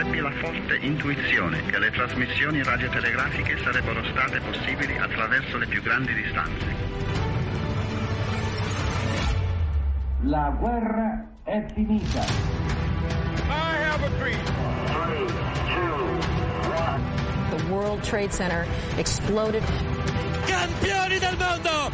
ebbi la forte intuizione che le trasmissioni radiotelegrafiche sarebbero state possibili attraverso le più grandi distanze. La guerra è finita. I have a dream. 3, 2, 1. The World Trade Center exploded. Campioni del mondo!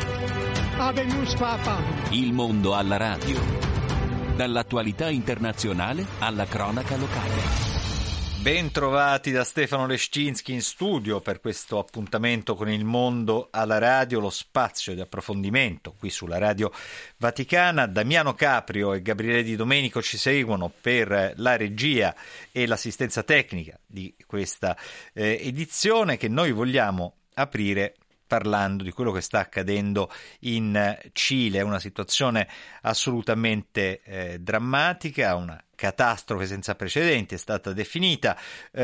Avenue Papa. Il mondo alla radio. Dall'attualità internazionale alla cronaca locale. Ben trovati da Stefano Leszczynski in studio per questo appuntamento con il mondo alla radio, lo spazio di approfondimento qui sulla Radio Vaticana. Damiano Caprio e Gabriele Di Domenico ci seguono per la regia e l'assistenza tecnica di questa edizione che noi vogliamo aprire parlando di quello che sta accadendo in Cile. È una situazione assolutamente drammatica, una catastrofe senza precedenti, è stata definita,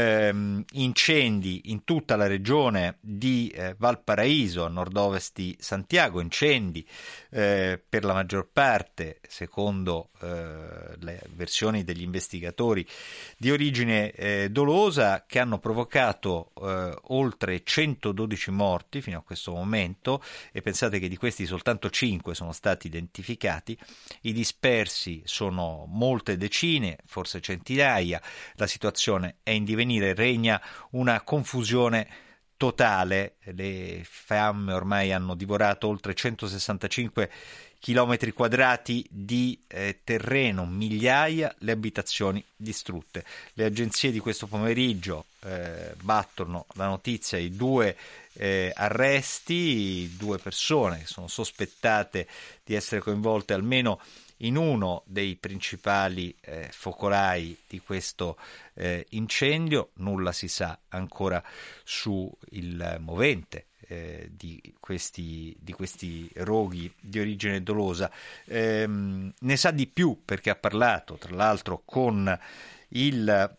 incendi in tutta la regione di Valparaíso, a nord-ovest di Santiago, incendi per la maggior parte, secondo le versioni degli investigatori, di origine dolosa, che hanno provocato oltre 112 morti fino a questo momento, e pensate che di questi soltanto 5 sono stati identificati. I dispersi sono molte decine, forse centinaia. La situazione è in divenire, regna una confusione totale. Le fiamme ormai hanno divorato oltre 165 chilometri quadrati di terreno, migliaia le abitazioni distrutte. Le agenzie di questo pomeriggio battono la notizia di 2 arresti, 2 persone che sono sospettate di essere coinvolte almeno in uno dei principali focolai di questo incendio. Nulla si sa ancora su il movente di questi roghi di origine dolosa. Ne sa di più perché ha parlato tra l'altro con il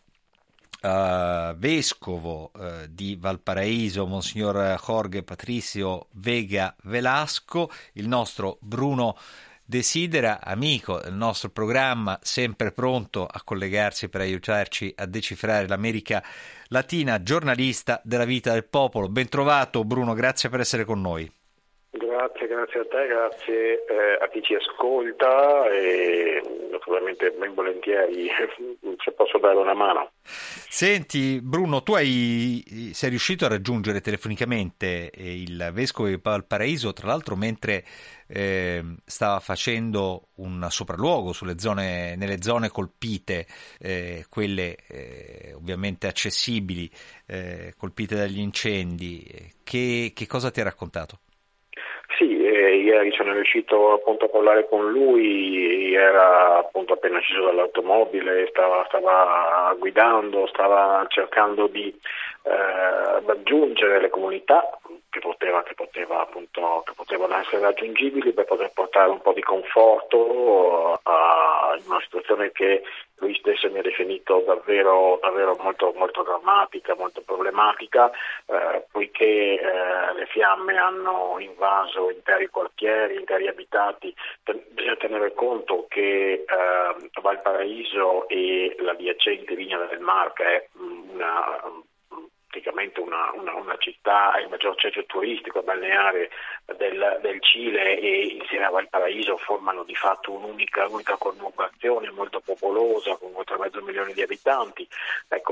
vescovo di Valparaíso, Monsignor Jorge Patricio Vega Velasco, il nostro Bruno Desidera, amico del nostro programma, sempre pronto a collegarsi per aiutarci a decifrare l'America Latina, giornalista della Vita del Popolo. Ben trovato Bruno, grazie per essere con noi. Grazie a te, grazie a chi ci ascolta e naturalmente ben volentieri se posso dare una mano. Senti Bruno, tu sei riuscito a raggiungere telefonicamente il vescovo di Valparaíso, tra l'altro mentre stava facendo un sopralluogo nelle zone colpite, quelle ovviamente accessibili, colpite dagli incendi. Che cosa ti ha raccontato? Sì, ieri sono riuscito appunto a parlare con lui, era appunto appena sceso dall'automobile, stava guidando, stava cercando di raggiungere le comunità che potevano essere raggiungibili per poter portare un po' di conforto in una situazione che lui stesso mi ha definito davvero molto, molto drammatica, molto problematica, poiché le fiamme hanno invaso interi quartieri, interi abitati. Bisogna tenere conto che Valparaíso e l'adiacente Viña del Mar, che è praticamente una città, il maggior centro turistico balneare del Cile, e insieme a Valparaíso formano di fatto un'unica conurbazione molto popolosa con oltre 500.000 di abitanti. Ecco,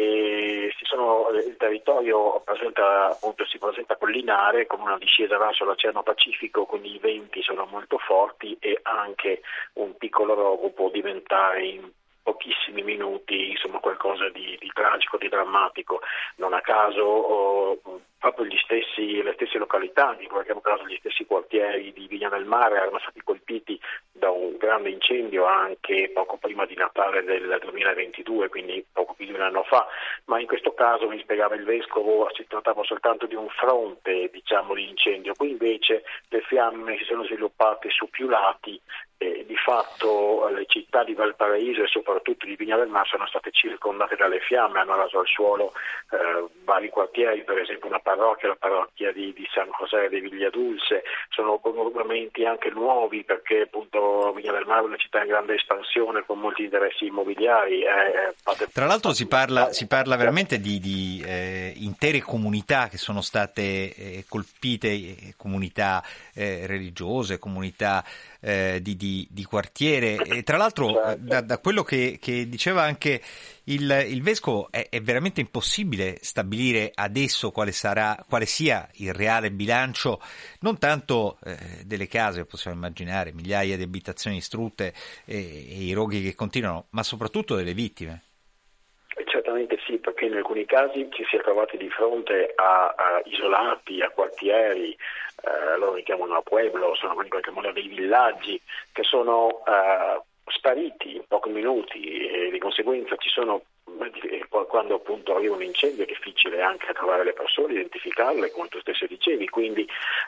il territorio si presenta collinare con una discesa verso l'Oceano Pacifico, quindi i venti sono molto forti e anche un piccolo rogo può diventare in pochissimi minuti qualcosa di tragico, di drammatico. Non a caso proprio le stesse località, in qualche caso gli stessi quartieri di Viña del Mar erano stati colpiti da un grande incendio anche poco prima di Natale del 2022, quindi poco più di un anno fa, ma in questo caso, mi spiegava il vescovo, si trattava soltanto di un fronte di incendio. Qui invece le fiamme si sono sviluppate su più lati di fatto le città di Valparaíso e soprattutto di Viña del Mar sono state circondate dalle fiamme, hanno raso al suolo vari quartieri, per esempio una parrocchia, la parrocchia di San José de Villadulce, sono conurбamenti anche nuovi perché appunto Viña del Mar è una città in grande espansione con molti interessi immobiliari. Tra l'altro si parla veramente di intere comunità che sono state colpite, comunità religiose, comunità di quartiere, e tra l'altro da quello che diceva anche il vescovo è veramente impossibile stabilire adesso quale sia il reale bilancio, non tanto delle case, possiamo immaginare migliaia di abitazioni distrutte e i roghi che continuano, ma soprattutto delle vittime. Certamente sì, perché in alcuni casi ci si è trovati di fronte a isolati, a quartieri, loro li chiamano a pueblo, sono in qualche modo dei villaggi che sono spariti in pochi minuti e di conseguenza ci sono, quando appunto arriva un incendio è difficile anche trovare le persone, identificarle, come tu stesso dicevi, quindi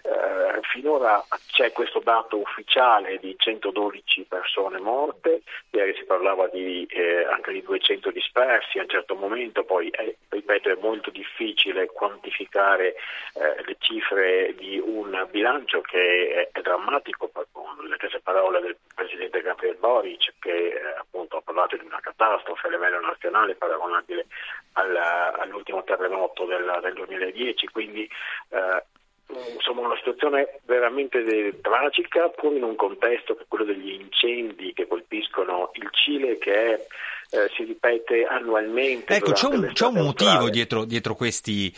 finora c'è questo dato ufficiale di 112 persone morte, ieri si parlava anche di 200 dispersi a un certo momento, poi ripeto è molto difficile quantificare le cifre di un bilancio che è drammatico, con le stesse parole del Presidente Gabriel Boric che appunto ha parlato di una catastrofe a livello nazionale paragonabile all'ultimo terremoto del 2010, quindi insomma una situazione veramente tragica, pur in un contesto che è quello degli incendi che colpiscono il Cile, che si ripete annualmente. Ecco, c'è un motivo dietro questi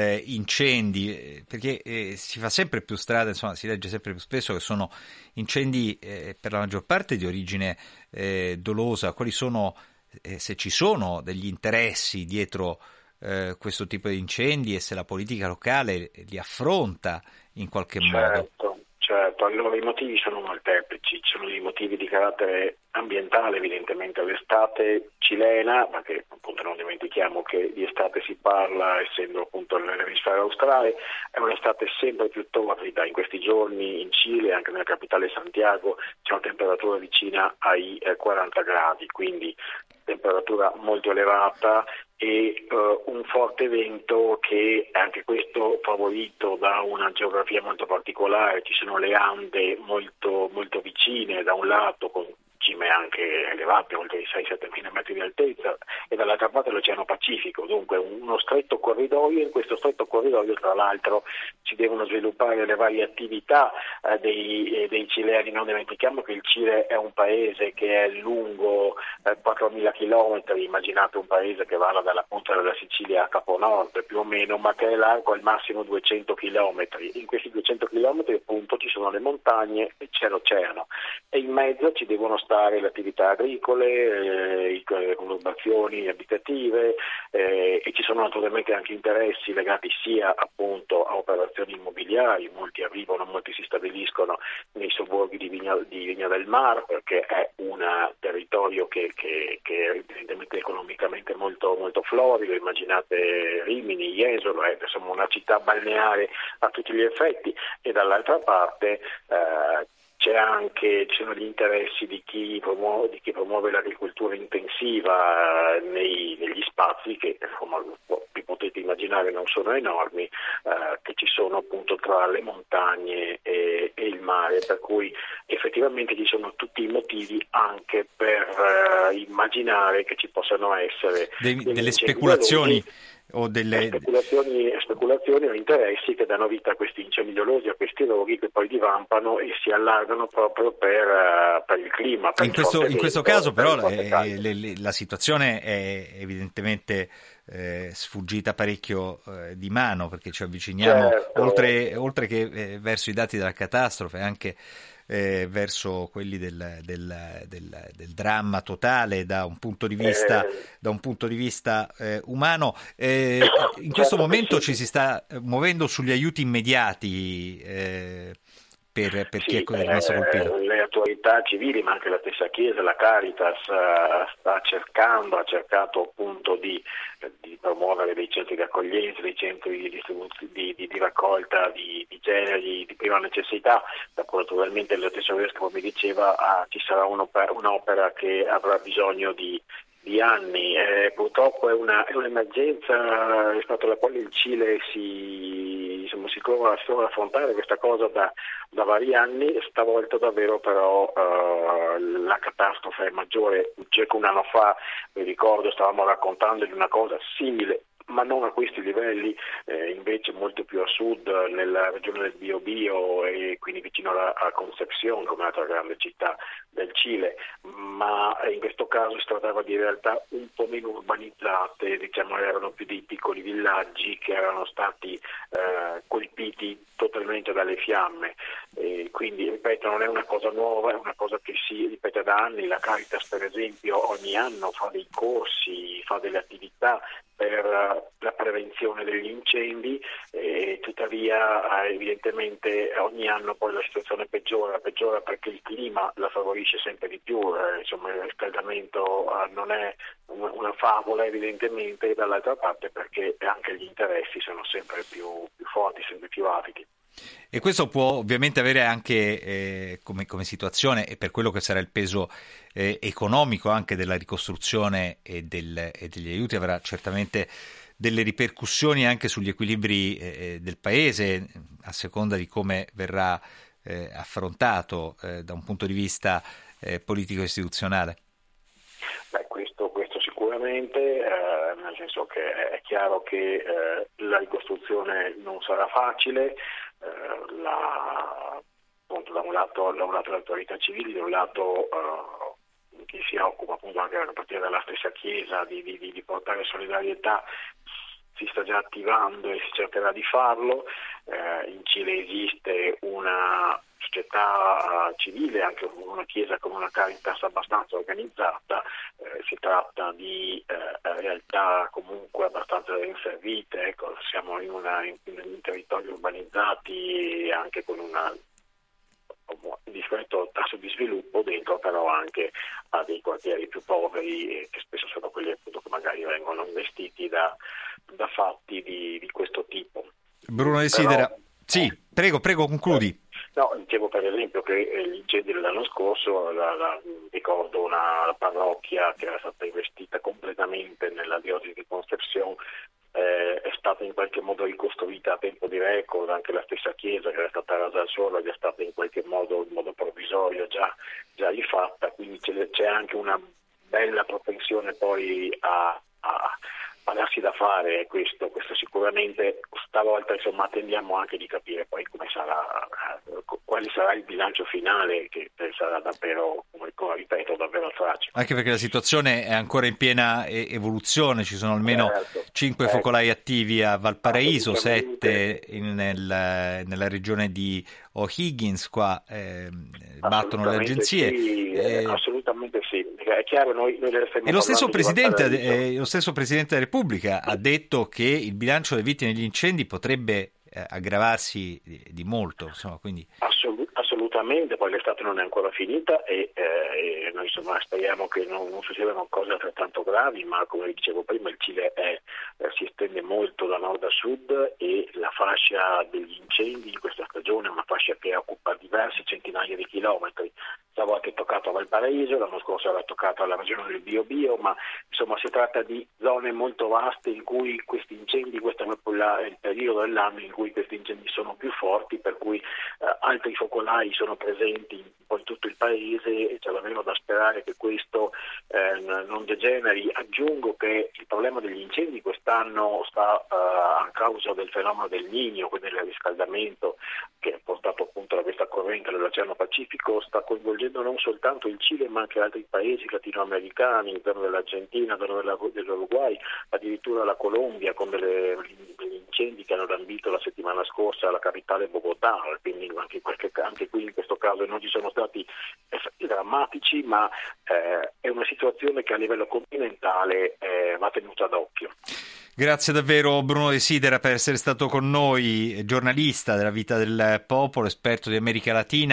incendi, perché si fa sempre più strada, insomma si legge sempre più spesso che sono incendi per la maggior parte di origine dolosa. Quali sono, se ci sono degli interessi dietro questo tipo di incendi e se la politica locale li affronta in qualche modo? Certo, allora i motivi sono molteplici, ci sono dei motivi di carattere ambientale evidentemente, l'estate cilena, ma che appunto non dimentichiamo che di estate si parla essendo appunto nell'emisfero australe, è un'estate sempre più torrida. In questi giorni in Cile, anche nella capitale Santiago, c'è una temperatura vicina ai 40 gradi, quindi temperatura molto elevata e un forte vento che anche questo favorito da una geografia molto particolare. Ci sono le Ande molto, molto vicine da un lato, con cime anche elevate, oltre i 6-7 mila metri di altezza, e dall'altra parte l'Oceano Pacifico, dunque uno stretto corridoio. In questo stretto corridoio tra l'altro si devono sviluppare le varie attività dei cileani. Non dimentichiamo che il Cile è un paese che è lungo 4.000 chilometri, immaginate un paese che va dalla punta della Sicilia a Capo Nord più o meno, ma che è largo al massimo 200 chilometri. In questi 200 chilometri appunto ci sono le montagne e c'è l'oceano, e in mezzo ci devono stare le attività agricole, le conurbazioni abitative, e ci sono naturalmente anche interessi legati sia appunto a operazioni immobiliari. Molti arrivano, molti si stabiliscono nei sobborghi di Viña del Mar, perché è un territorio che è evidentemente economicamente molto, molto florido. Immaginate Rimini, Jesolo, è insomma una città balneare a tutti gli effetti, e dall'altra parte ci sono gli interessi di chi promuove l'agricoltura intensiva negli spazi che, come vi potete immaginare, non sono enormi, che ci sono appunto tra le montagne e il mare, per cui effettivamente ci sono tutti i motivi anche per immaginare che ci possano essere delle speculazioni o delle speculazioni o interessi che danno vita a questi incendi dolosi, a questi roghi che poi divampano e si allargano proprio per il clima. In questo caso però la situazione è evidentemente sfuggita parecchio di mano, perché ci avviciniamo, certo, oltre che verso i dati della catastrofe, anche verso quelli del dramma totale da un punto di vista umano. In questo momento ci si sta muovendo sugli aiuti immediati per chi è rimasto colpito. Le autorità società civili, ma anche la stessa Chiesa, la Caritas, ha cercato appunto di promuovere dei centri di accoglienza, dei centri di raccolta di generi di prima necessità. Dopo, naturalmente, lo stesso vescovo mi diceva ci sarà un'opera che avrà bisogno di anni. Purtroppo è un'emergenza rispetto alla quale il Cile si trova ad affrontare questa cosa da vari anni. Stavolta davvero però la catastrofe è maggiore. Circa un anno fa, mi ricordo, stavamo raccontando di una cosa simile, ma non a questi livelli, invece molto più a sud, nella regione del Biobío e quindi vicino a Concepción, come un'altra grande città del Cile, ma in questo caso si trattava di realtà un po' meno urbanizzate, diciamo erano più dei piccoli villaggi che erano stati colpiti totalmente dalle fiamme. Quindi, ripeto, non è una cosa nuova, è una cosa che si ripete da anni. La Caritas, per esempio, ogni anno fa dei corsi, fa delle attività per la prevenzione degli incendi, tuttavia evidentemente ogni anno poi la situazione peggiora perché il clima la favorisce sempre di più, il riscaldamento non è una favola evidentemente, e dall'altra parte perché anche gli interessi sono sempre più forti, sempre più avidi. E questo può ovviamente avere anche come situazione, e per quello che sarà il peso economico anche della ricostruzione e degli aiuti, avrà certamente delle ripercussioni anche sugli equilibri del paese, a seconda di come verrà affrontato da un punto di vista politico-istituzionale. Beh, questo sicuramente, nel senso che è chiaro che la ricostruzione non sarà facile. Appunto, da un lato le autorità civili, da un lato chi si occupa appunto anche a partire dalla stessa Chiesa di portare solidarietà, si sta già attivando e si cercherà di farlo. In Cile esiste una società civile, anche una Chiesa come una Caritas abbastanza organizzata. Si tratta di realtà comunque abbastanza ben servite, ecco, siamo in territori urbanizzati anche con un discreto tasso di sviluppo, dentro però anche a dei quartieri più poveri, che spesso sono quelli appunto che magari vengono investiti da fatti di questo tipo. Bruno Desidera, sì, prego, concludi. No, dicevo per esempio che gli incendi dell'anno scorso, ricordo una parrocchia che era stata investita completamente nella diocesi di Concepción, è stata in qualche modo ricostruita a tempo di record. Anche la stessa chiesa, che era stata rasa al suolo, è stata in qualche modo, in modo provvisorio, già rifatta, quindi c'è anche una bella propensione poi a darsi da fare. Questo sicuramente. Stavolta insomma attendiamo anche di capire poi come sarà, quale sarà il bilancio finale, che sarà davvero, come ripeto, davvero tragico. Anche perché la situazione è ancora in piena evoluzione, ci sono almeno 5 focolai attivi a Valparaíso, 7 nella regione di O'Higgins, qua battono le agenzie. Sì, assolutamente sì. È chiaro, noi e lo stesso Presidente della Repubblica ha detto che il bilancio delle vittime degli incendi potrebbe aggravarsi di molto, insomma, quindi... Assolutamente, poi l'estate non è ancora finita e noi insomma speriamo che non succedano cose altrettanto gravi, ma come dicevo prima il Cile si estende molto da nord a sud, e la fascia degli incendi in questa stagione è una fascia che occupa diverse centinaia di chilometri. Stavolta è toccato a Valparaíso, l'anno scorso era toccato alla regione del Biobío, ma insomma si tratta di zone molto vaste in cui questi incendi, questo è il periodo dell'anno in cui questi incendi sono più forti, per cui altri focolai sono presenti un po' in tutto il paese, e c'è davvero da sperare che questo non degeneri. Aggiungo che il problema degli incendi quest'anno sta a causa del fenomeno del Niño, quindi del riscaldamento che ha portato appunto a questa corrente dell'Oceano Pacifico, sta coinvolgendo non soltanto il Cile ma anche altri paesi latinoamericani, all'interno dell'Argentina, dell'Uruguay, addirittura la Colombia, con degli incendi che hanno lambito la settimana scorsa la capitale Bogotà. Quindi anche qui in questo caso non ci sono stati effetti drammatici, ma è una situazione che a livello continentale va tenuta d'occhio. Grazie davvero Bruno Desidera per essere stato con noi, giornalista della Vita del Popolo, esperto di America Latina.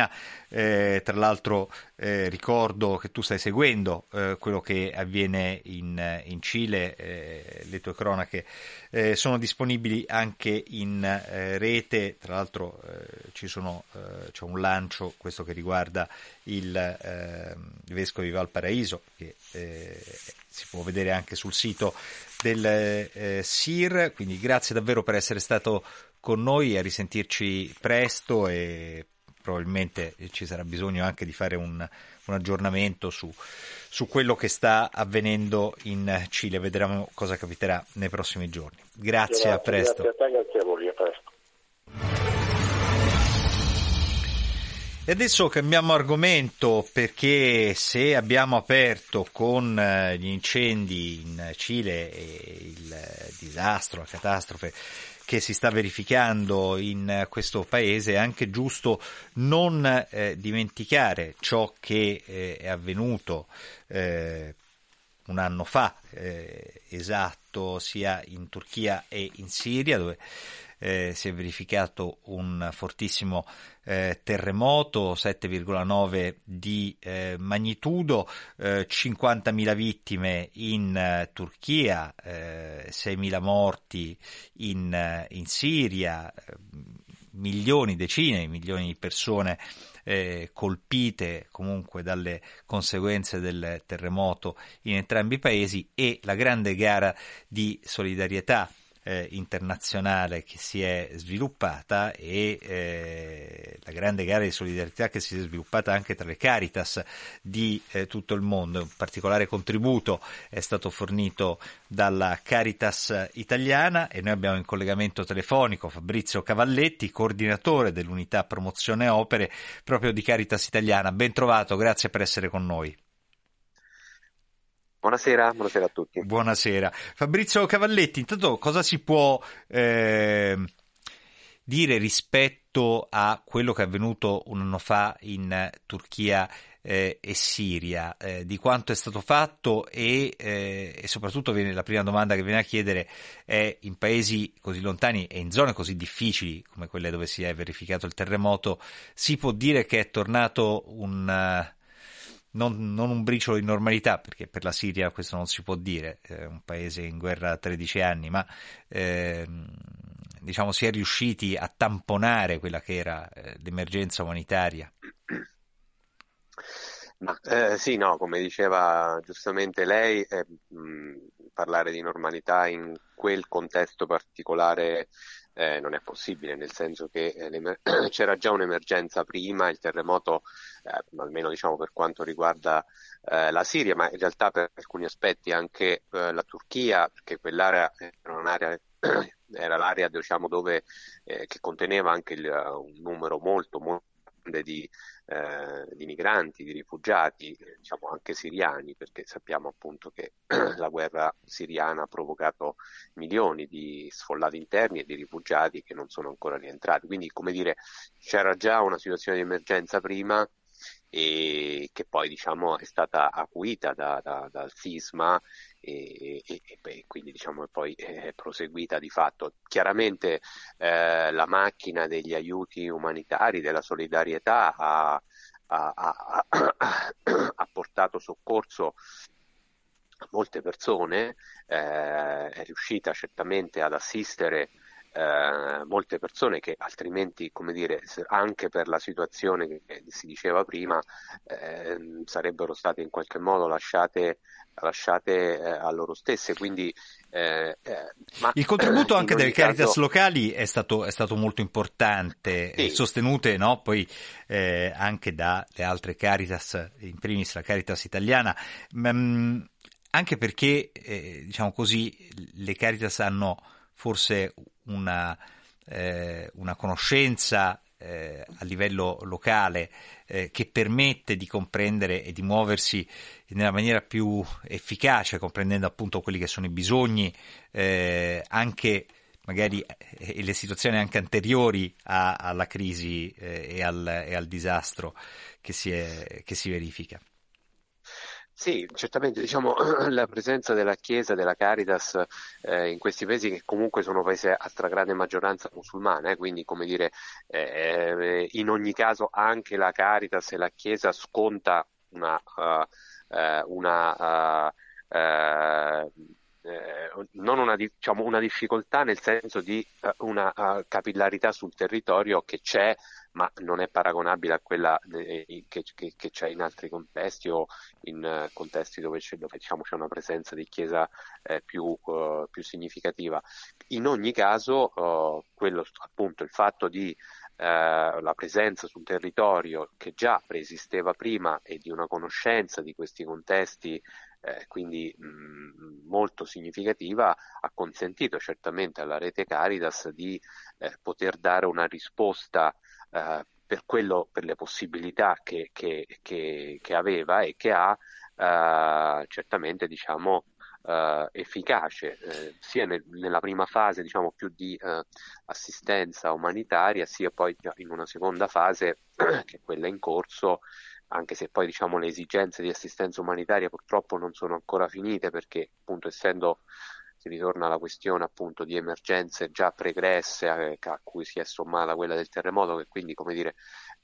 Tra l'altro ricordo che tu stai seguendo quello che avviene in Cile, le tue cronache sono disponibili anche in rete, tra l'altro c'è un lancio, questo che riguarda il vescovo di Valparaíso, che si può vedere anche sul sito del SIR, quindi grazie davvero per essere stato con noi, a risentirci presto, e probabilmente ci sarà bisogno anche di fare un aggiornamento su quello che sta avvenendo in Cile. Vedremo cosa capiterà nei prossimi giorni. Grazie, a presto. Grazie a te, grazie a voi, a presto. E adesso cambiamo argomento, perché se abbiamo aperto con gli incendi in Cile e il disastro, la catastrofe che si sta verificando in questo paese, è anche giusto non dimenticare ciò che è avvenuto un anno fa, esatto, sia in Turchia e in Siria, dove si è verificato un fortissimo terremoto, 7,9 di magnitudo, 50.000 vittime in Turchia, 6.000 morti in Siria, decine di milioni di persone colpite comunque dalle conseguenze del terremoto in entrambi i paesi, e la grande gara di solidarietà internazionale che si è sviluppata, e la grande gara di solidarietà che si è sviluppata anche tra le Caritas di tutto il mondo. Un particolare contributo è stato fornito dalla Caritas italiana, e noi abbiamo in collegamento telefonico Fabrizio Cavalletti, coordinatore dell'unità promozione opere proprio di Caritas italiana. Ben trovato, grazie per essere con noi. Buonasera a tutti. Buonasera. Fabrizio Cavalletti, intanto cosa si può dire rispetto a quello che è avvenuto un anno fa in Turchia e Siria, di quanto è stato fatto, e soprattutto la prima domanda che viene a chiedere è: in paesi così lontani e in zone così difficili come quelle dove si è verificato il terremoto, si può dire che è tornato non un briciolo di normalità, perché per la Siria questo non si può dire, è un paese in guerra da 13 anni, ma diciamo si è riusciti a tamponare quella che era l'emergenza umanitaria? Sì, no, come diceva giustamente lei, parlare di normalità in quel contesto particolare non è possibile, nel senso che c'era già un'emergenza prima, il terremoto, almeno diciamo per quanto riguarda la Siria, ma in realtà per alcuni aspetti anche la Turchia, perché quell'area era l'area diciamo dove che conteneva anche un numero molto grande di migranti, di rifugiati, diciamo anche siriani, perché sappiamo appunto che la guerra siriana ha provocato milioni di sfollati interni e di rifugiati che non sono ancora rientrati. Quindi, come dire, c'era già una situazione di emergenza prima, e che poi diciamo è stata acuita dal sisma e quindi diciamo poi è proseguita di fatto. Chiaramente la macchina degli aiuti umanitari, della solidarietà ha portato soccorso a molte persone, è riuscita certamente ad assistere molte persone che altrimenti, come dire, anche per la situazione che si diceva prima, sarebbero state in qualche modo lasciate a loro stesse. Quindi il contributo anche delle Caritas locali è stato molto importante, sì, sostenute, no? Poi anche dalle altre Caritas, in primis la Caritas italiana, anche perché diciamo così le Caritas hanno forse una conoscenza a livello locale che permette di comprendere e di muoversi nella maniera più efficace, comprendendo appunto quelli che sono i bisogni anche magari e le situazioni anche anteriori alla crisi e al disastro che si verifica. Sì, certamente diciamo la presenza della Chiesa, della Caritas in questi paesi che comunque sono paesi a stragrande maggioranza musulmana, quindi come dire in ogni caso anche la Caritas e la Chiesa sconta non una difficoltà nel senso di una capillarità sul territorio che c'è, ma non è paragonabile a quella che c'è in altri contesti o in contesti dove diciamo, c'è una presenza di Chiesa più significativa. In ogni caso, quello appunto il fatto di la presenza sul territorio che già preesisteva prima e di una conoscenza di questi contesti quindi molto significativa, ha consentito certamente alla rete Caritas di poter dare una risposta per le possibilità che aveva e che ha certamente diciamo efficace sia nella prima fase diciamo più di assistenza umanitaria, sia poi in una seconda fase che è quella in corso, anche se poi diciamo le esigenze di assistenza umanitaria purtroppo non sono ancora finite, perché appunto si ritorna alla questione appunto di emergenze già pregresse a cui si è sommata quella del terremoto, che quindi come dire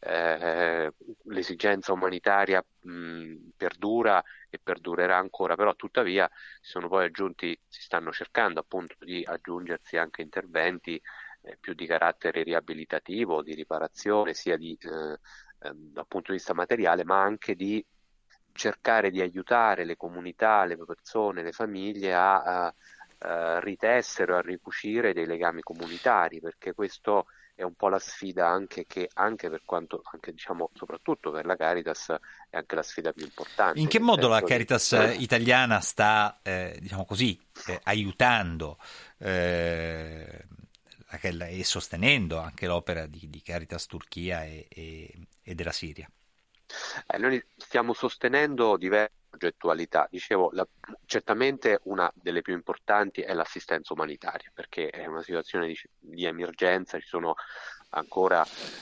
l'esigenza umanitaria perdura e perdurerà ancora, però tuttavia si stanno cercando appunto di aggiungersi anche interventi più di carattere riabilitativo, di riparazione, sia dal punto di vista materiale, ma anche di cercare di aiutare le comunità, le persone, le famiglie a ritessere o a ricucire dei legami comunitari, perché questo è un po' la sfida anche per quanto, anche diciamo soprattutto per la Caritas, è anche la sfida più importante. In che modo la Caritas italiana sta, diciamo così, aiutando e sostenendo anche l'opera di Caritas Turchia e della Siria? Noi stiamo sostenendo diverse progettualità. Dicevo, certamente una delle più importanti è l'assistenza umanitaria, perché è una situazione di emergenza, ci sono ancora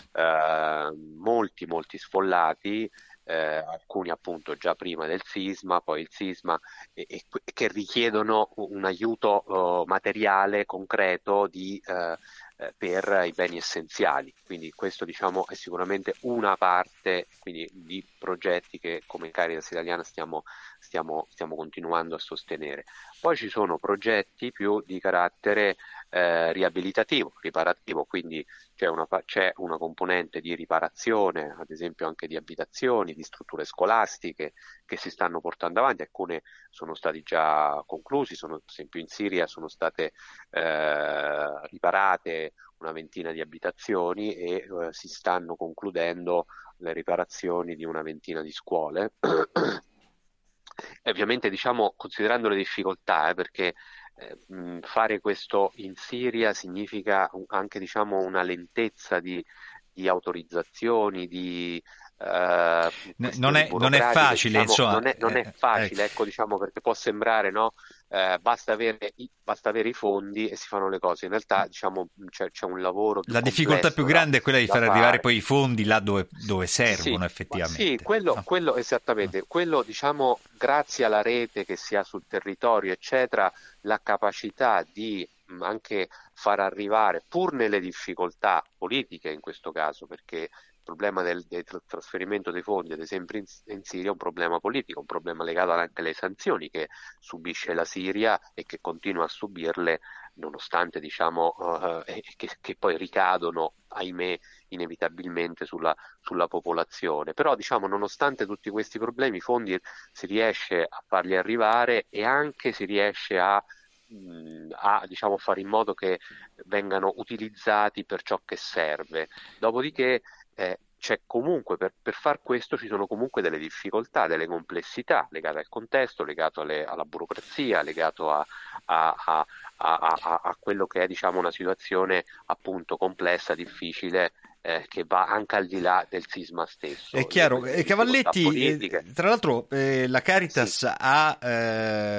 molti sfollati, alcuni appunto già prima del sisma, poi il sisma, che richiedono un aiuto materiale, concreto per i beni essenziali. Quindi questo diciamo è sicuramente una parte quindi di progetti che come Caritas Italiana stiamo continuando a sostenere. Poi ci sono progetti più di carattere riabilitativo, riparativo, quindi c'è una componente di riparazione, ad esempio anche di abitazioni, di strutture scolastiche che si stanno portando avanti. Alcune sono stati già conclusi, ad esempio in Siria sono state riparate una ventina di abitazioni e si stanno concludendo le riparazioni di una ventina di scuole. E ovviamente diciamo considerando le difficoltà, perché fare questo in Siria significa anche diciamo una lentezza di autorizzazioni, non è facile, diciamo, insomma. Non è facile, ecco, diciamo, perché può sembrare, no? Basta avere i fondi e si fanno le cose. In realtà, diciamo, c'è un lavoro più la difficoltà più grande è quella di far arrivare poi i fondi là dove servono effettivamente. Sì, quello esattamente. Quello, diciamo, grazie alla rete che si ha sul territorio, eccetera, la capacità di anche far arrivare, pur nelle difficoltà politiche in questo caso, perché il problema del trasferimento dei fondi, ad esempio in Siria, è un problema politico, un problema legato anche alle sanzioni che subisce la Siria e che continua a subirle, nonostante diciamo che poi ricadono, ahimè, inevitabilmente sulla popolazione. Però diciamo, nonostante tutti questi problemi, i fondi si riesce a farli arrivare e anche si riesce a diciamo fare in modo che vengano utilizzati per ciò che serve. Dopodiché c'è comunque per far questo ci sono comunque delle difficoltà, delle complessità legate al contesto, legato alla burocrazia, legato a quello che è diciamo una situazione appunto complessa, difficile, che va anche al di là del sisma stesso. È chiaro. Cavalletti, tra l'altro la Caritas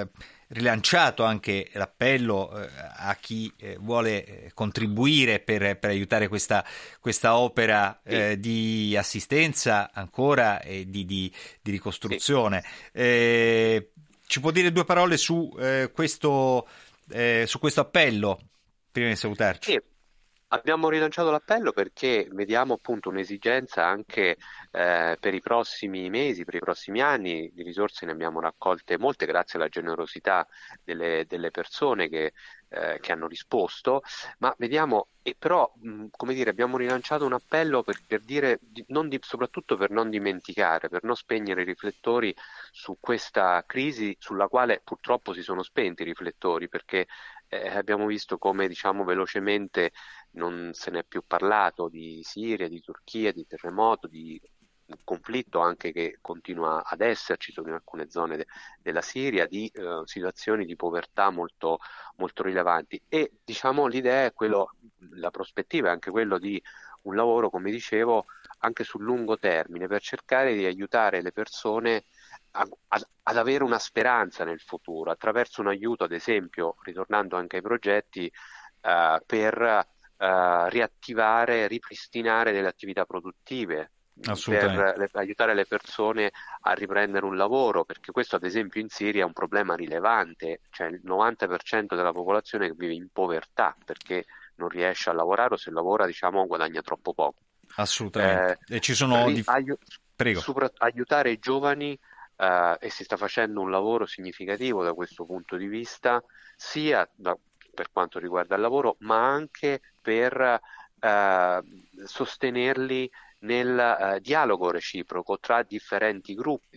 rilanciato anche l'appello a chi vuole contribuire per aiutare questa opera di assistenza ancora e di ricostruzione. Ci può dire due parole su questo appello prima di salutarci? Sì. Abbiamo rilanciato l'appello perché vediamo appunto un'esigenza anche per i prossimi mesi, per i prossimi anni. Di risorse ne abbiamo raccolte molte grazie alla generosità delle persone che hanno risposto, ma vediamo, però come dire, abbiamo rilanciato un appello per dire soprattutto per non dimenticare, per non spegnere i riflettori su questa crisi sulla quale purtroppo si sono spenti i riflettori, perché abbiamo visto come, diciamo, velocemente non se ne è più parlato di Siria, di Turchia, di terremoto, di un conflitto anche che continua ad esserci in alcune zone della Siria, di situazioni di povertà molto, molto rilevanti. E diciamo l'idea è la prospettiva è anche quello di un lavoro, come dicevo, anche sul lungo termine, per cercare di aiutare le persone ad avere una speranza nel futuro, attraverso un aiuto, ad esempio, ritornando anche ai progetti, per riattivare, ripristinare delle attività produttive, per aiutare le persone a riprendere un lavoro, perché questo ad esempio in Siria è un problema rilevante, cioè il 90% della popolazione vive in povertà perché non riesce a lavorare, o se lavora, diciamo, guadagna troppo poco. Assolutamente. E ci sono Prego. Aiutare i giovani, e si sta facendo un lavoro significativo da questo punto di vista, sia per quanto riguarda il lavoro, ma anche per sostenerli nel dialogo reciproco tra differenti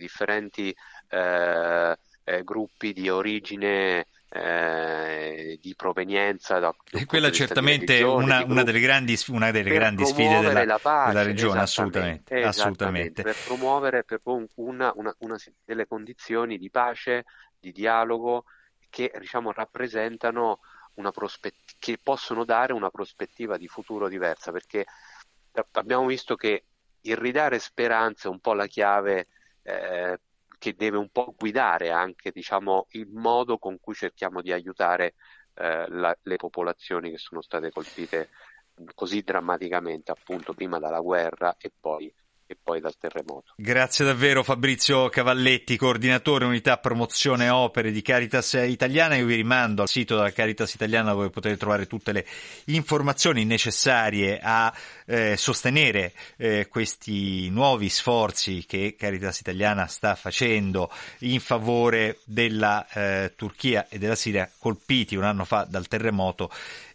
gruppi di origine, di provenienza. E quella è certamente una delle grandi sfide della regione, assolutamente. Per promuovere una delle condizioni di pace, di dialogo che, diciamo, rappresentano che possono dare una prospettiva di futuro diversa, perché abbiamo visto che il ridare speranza è un po' la chiave che deve un po' guidare anche, diciamo, il modo con cui cerchiamo di aiutare le popolazioni che sono state colpite così drammaticamente, appunto, prima dalla guerra e poi dal terremoto. Grazie davvero Fabrizio Cavalletti, coordinatore unità promozione opere di Caritas Italiana. Io vi rimando al sito della Caritas Italiana, dove potete trovare tutte le informazioni necessarie a sostenere questi nuovi sforzi che Caritas Italiana sta facendo in favore della Turchia e della Siria, colpiti un anno fa dal terremoto,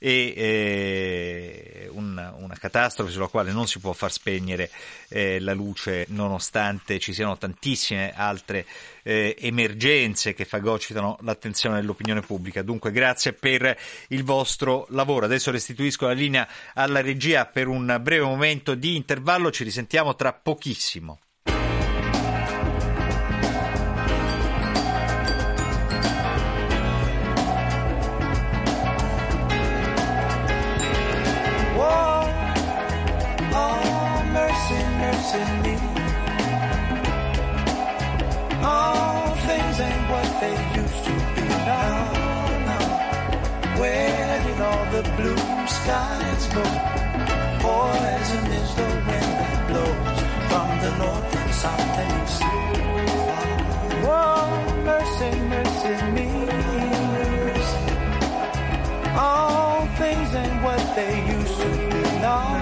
e una catastrofe sulla quale non si può far spegnere la luce, nonostante ci siano tantissime altre emergenze che fagocitano l'attenzione dell'opinione pubblica. Dunque grazie per il vostro lavoro. Adesso restituisco la linea alla regia per un breve momento di intervallo, ci risentiamo tra pochissimo. All things ain't what they used to be now. Where did all the blue skies go? Poison is the wind that blows from the north and south and east. Oh, mercy, mercy me. All things ain't what they used to be now.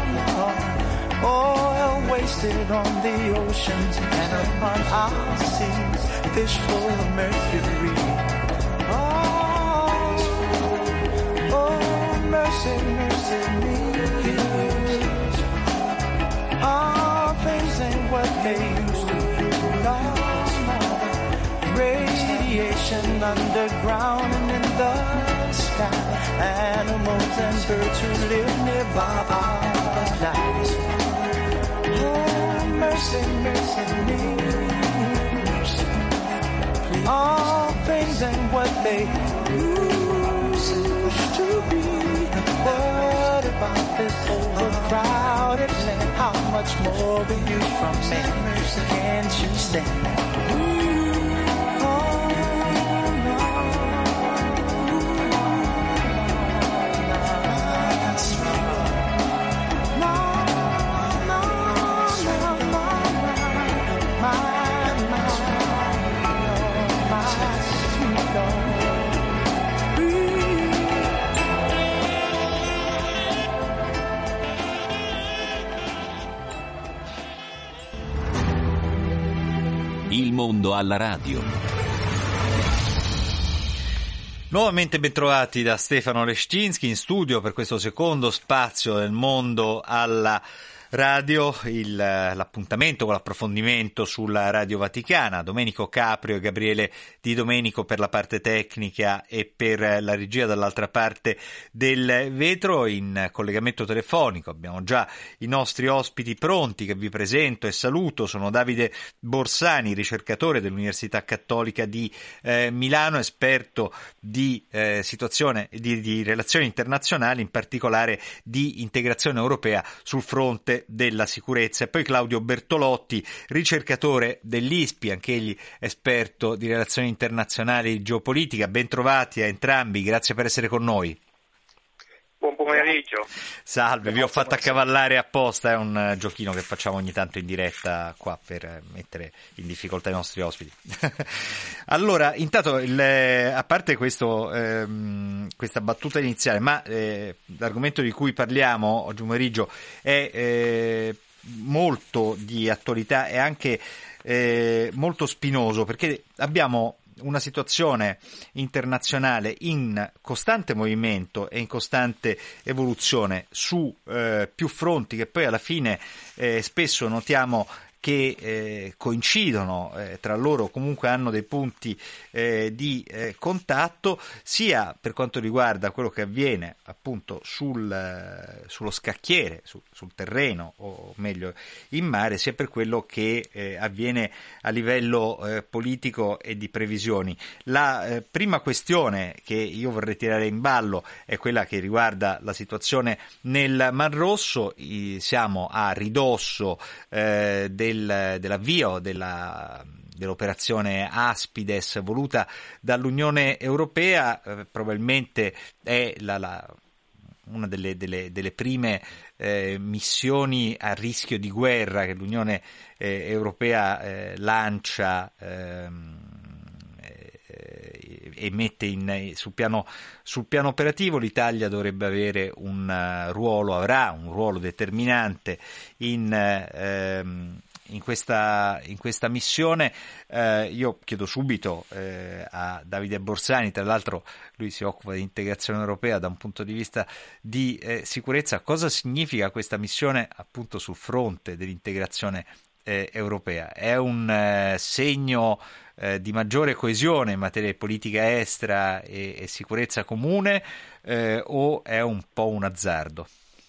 Oil wasted on the oceans and upon our seas, fish full of mercury. Oh, mercy, mercy me. All things ain't what they used to be. No. Radiation underground and in the sky. Animals and birds who live nearby are alive. Mercy, mercy me. All things ain't what they used to be. What about this overcrowded land? How much more will you from me? Can't you stand? Oh, no. mondo alla radio. Nuovamente bentrovati da Stefano Leszczynski in studio per questo secondo spazio del mondo alla radio, l'appuntamento con l'approfondimento sulla Radio Vaticana. Domenico Caprio e Gabriele Di Domenico per la parte tecnica e per la regia dall'altra parte del vetro. In collegamento telefonico abbiamo già i nostri ospiti pronti che vi presento e saluto. Sono Davide Borsani, ricercatore dell'Università Cattolica di Milano, esperto di situazione di relazioni internazionali, in particolare di integrazione europea sul fronte della sicurezza, e poi Claudio Bertolotti, ricercatore dell'ISPI, anch'egli esperto di relazioni internazionali e geopolitica. Bentrovati a entrambi, grazie per essere con noi. Buon pomeriggio. Salve, vi ho fatto accavallare apposta, è un giochino che facciamo ogni tanto in diretta qua per mettere in difficoltà i nostri ospiti. Allora, intanto, a parte questa battuta iniziale, ma l'argomento di cui parliamo oggi pomeriggio è molto di attualità e anche molto spinoso, perché abbiamo una situazione internazionale in costante movimento e in costante evoluzione su più fronti che poi alla fine spesso notiamo che coincidono tra loro, comunque hanno dei punti di contatto, sia per quanto riguarda quello che avviene appunto sullo scacchiere, sul terreno, o meglio in mare, sia per quello che avviene a livello politico e di previsioni. La prima questione che io vorrei tirare in ballo è quella che riguarda la nel Mar Rosso. Siamo a ridosso dell'avvio dell'operazione Aspides voluta dall'Unione Europea. Probabilmente è una delle prime missioni a rischio di guerra che l'Unione Europea lancia e mette sul piano operativo. L'Italia dovrebbe avere avrà un ruolo determinante in questa missione. Io chiedo subito a Davide Borsani, tra l'altro lui si occupa di integrazione europea da un punto di vista di sicurezza, cosa significa questa missione appunto sul fronte dell'integrazione europea? È un segno di maggiore coesione in materia di politica estera e sicurezza comune, o è un po' un azzardo?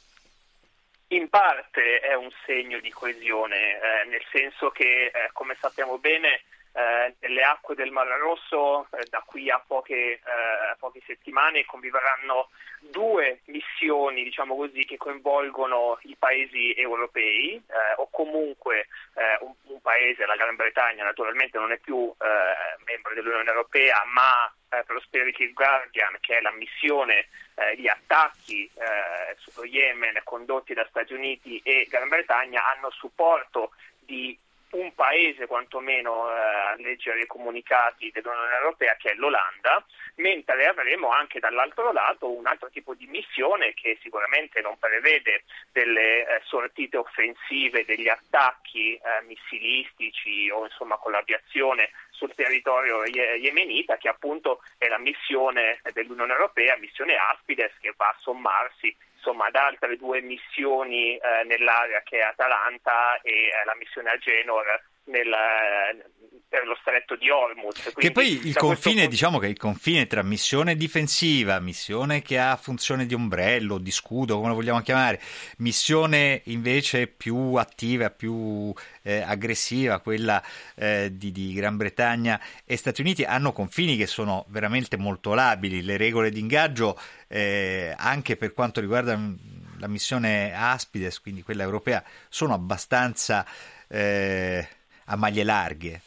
In parte è un segno di coesione, nel senso che, come sappiamo bene, nelle acque del Mar Rosso da qui a poche settimane conviveranno due missioni, diciamo così, che coinvolgono i paesi europei, o comunque un paese, la Gran Bretagna naturalmente non è più membro dell'Unione Europea, ma Prosperity Guardian, che è la missione di attacchi sullo Yemen condotti da Stati Uniti e Gran Bretagna, hanno supporto di un paese quantomeno a leggere i comunicati dell'Unione Europea, che è l'Olanda, mentre avremo anche dall'altro lato un altro tipo di missione che sicuramente non prevede delle sortite offensive, degli attacchi missilistici o insomma con l'aviazione sul territorio yemenita, che appunto è la missione dell'Unione Europea, missione Aspides, che va a sommarsi insomma ad altre due missioni nell'area, che è Atalanta e la missione Agenor per lo stretto di Hormuz. Quindi, che poi il confine, diciamo che il confine tra missione difensiva, missione che ha funzione di ombrello, di scudo, come lo vogliamo chiamare, missione invece più attiva, più aggressiva, quella di Gran Bretagna e Stati Uniti, hanno confini che sono veramente molto labili. Le regole di ingaggio, anche per quanto riguarda la missione Aspides, quindi quella europea, sono abbastanza a maglie larghe.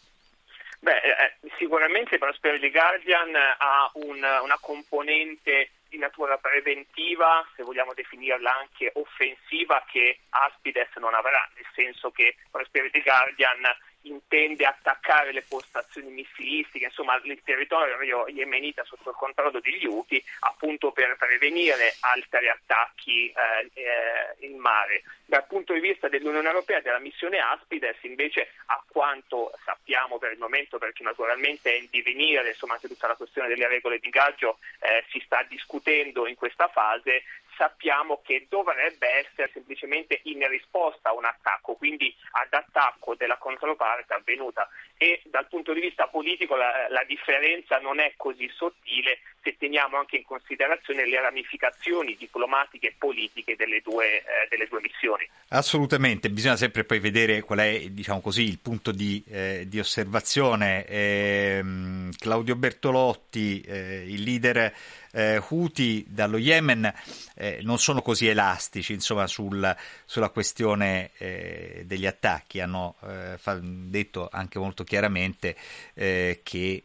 Sicuramente Prosperity Guardian ha una componente di natura preventiva, se vogliamo definirla anche offensiva, che Aspides non avrà, nel senso che Prosperity Guardian intende attaccare le postazioni missilistiche, insomma il territorio yemenita sotto il controllo degli Houthi, appunto per prevenire altri attacchi in mare. Dal punto di vista dell'Unione Europea, della missione Aspides, invece, a quanto sappiamo per il momento, perché naturalmente è in divenire, insomma anche tutta la questione delle regole di ingaggio si sta discutendo in questa fase, sappiamo che dovrebbe essere semplicemente in risposta a un attacco, quindi ad attacco della controparte avvenuta, e dal punto di vista politico la differenza non è così sottile se teniamo anche in considerazione le ramificazioni diplomatiche e politiche delle due missioni. Assolutamente, bisogna sempre poi vedere qual è, diciamo così, il punto di osservazione. Claudio Bertolotti, il leader Houthi dallo Yemen, non sono così elastici, insomma, sulla questione degli attacchi. Hanno detto anche molto chiaramente che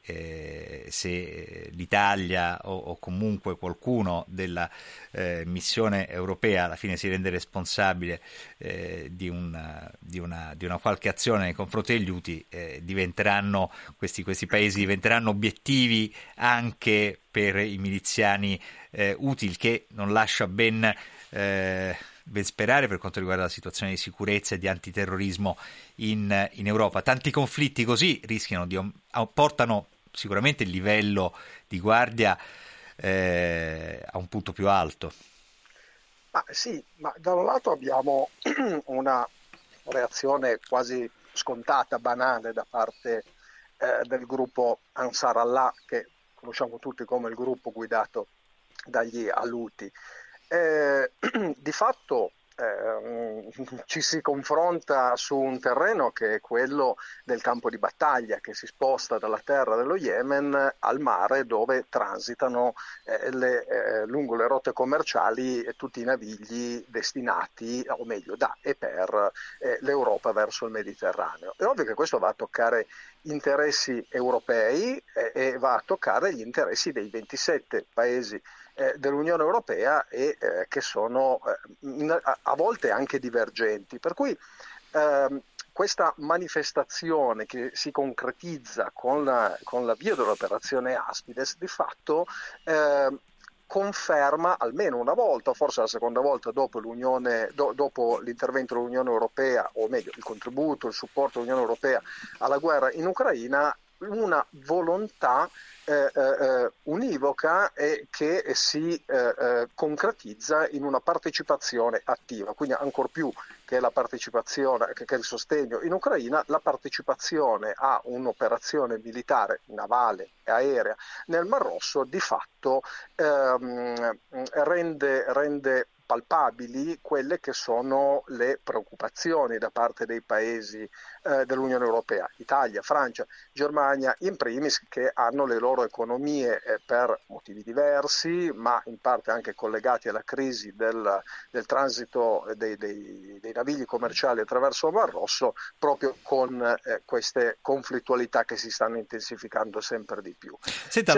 se l'Italia o comunque qualcuno della missione europea alla fine si rende responsabile di una qualche azione nei confronti degli Houthi, diventeranno questi paesi diventeranno obiettivi anche per i miliziani Houthi, il che non lascia ben sperare per quanto riguarda la situazione di sicurezza e di antiterrorismo in Europa. Tanti conflitti così rischiano portano sicuramente il livello di guardia a un punto più alto. Sì, ma da un lato abbiamo una reazione quasi scontata, banale da parte del gruppo Ansar Allah, che conosciamo tutti come il gruppo guidato dagli Houthi. Di fatto ci si confronta su un terreno che è quello del campo di battaglia, che si sposta dalla terra dello Yemen al mare, dove transitano lungo le rotte commerciali tutti i navigli destinati, o meglio da e per l'Europa verso il Mediterraneo. È ovvio che questo va a toccare interessi europei e va a toccare gli interessi dei 27 paesi dell'Unione Europea e che sono a volte anche divergenti, per cui questa manifestazione che si concretizza con l'avvio dell'operazione Aspides di fatto conferma almeno una volta, forse la seconda volta dopo l'intervento dell'Unione Europea, o meglio il contributo, il supporto dell'Unione Europea alla guerra in Ucraina, una volontà univoca e che si concretizza in una partecipazione attiva, quindi ancor più che la partecipazione, che il sostegno in Ucraina, la partecipazione a un'operazione militare, navale e aerea nel Mar Rosso di fatto rende palpabili quelle che sono le preoccupazioni da parte dei paesi dell'Unione Europea, Italia, Francia, Germania in primis, che hanno le loro economie per motivi diversi, ma in parte anche collegati alla crisi del transito dei navigli commerciali attraverso il Mar Rosso, proprio con queste conflittualità che si stanno intensificando sempre di più. Senta,